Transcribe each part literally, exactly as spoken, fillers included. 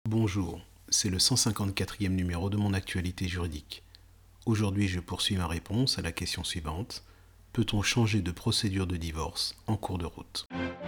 Bonjour, c'est le cent cinquante-quatrième numéro de mon actualité juridique. Aujourd'hui, je poursuis ma réponse à la question suivante. Peut-on changer de procédure de divorce en cours de route ?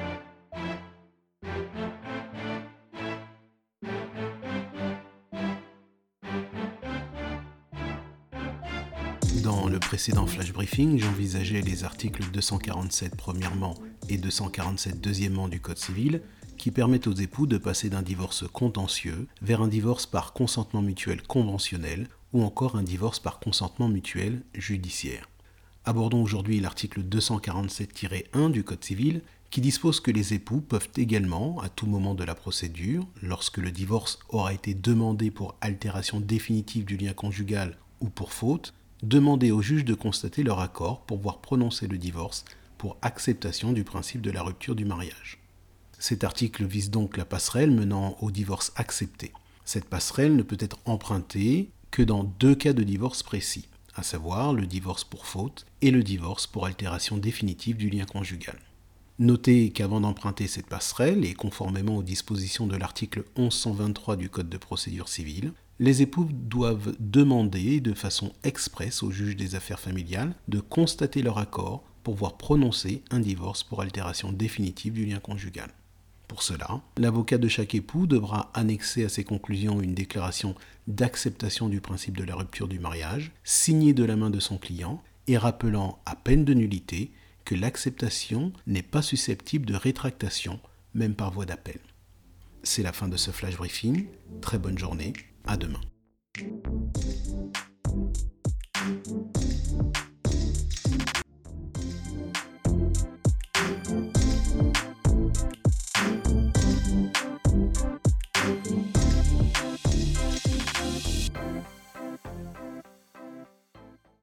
Dans le précédent flash briefing, j'envisageais les articles deux cent quarante-sept premièrement et deux cent quarante-sept deuxièmement du Code civil qui permettent aux époux de passer d'un divorce contentieux vers un divorce par consentement mutuel conventionnel ou encore un divorce par consentement mutuel judiciaire. Abordons aujourd'hui l'article deux cent quarante-sept tiret un du Code civil qui dispose que les époux peuvent également, à tout moment de la procédure, lorsque le divorce aura été demandé pour altération définitive du lien conjugal ou pour faute, demander au juge de constater leur accord pour voir prononcer le divorce pour acceptation du principe de la rupture du mariage. Cet article vise donc la passerelle menant au divorce accepté. Cette passerelle ne peut être empruntée que dans deux cas de divorce précis, à savoir le divorce pour faute et le divorce pour altération définitive du lien conjugal. Notez qu'avant d'emprunter cette passerelle, et conformément aux dispositions de l'article mille cent vingt-trois du Code de procédure civile, les époux doivent demander de façon expresse au juge des affaires familiales de constater leur accord pour voir prononcer un divorce pour altération définitive du lien conjugal. Pour cela, l'avocat de chaque époux devra annexer à ses conclusions une déclaration d'acceptation du principe de la rupture du mariage, signée de la main de son client et rappelant à peine de nullité que l'acceptation n'est pas susceptible de rétractation, même par voie d'appel. C'est la fin de ce flash briefing. Très bonne journée. À demain.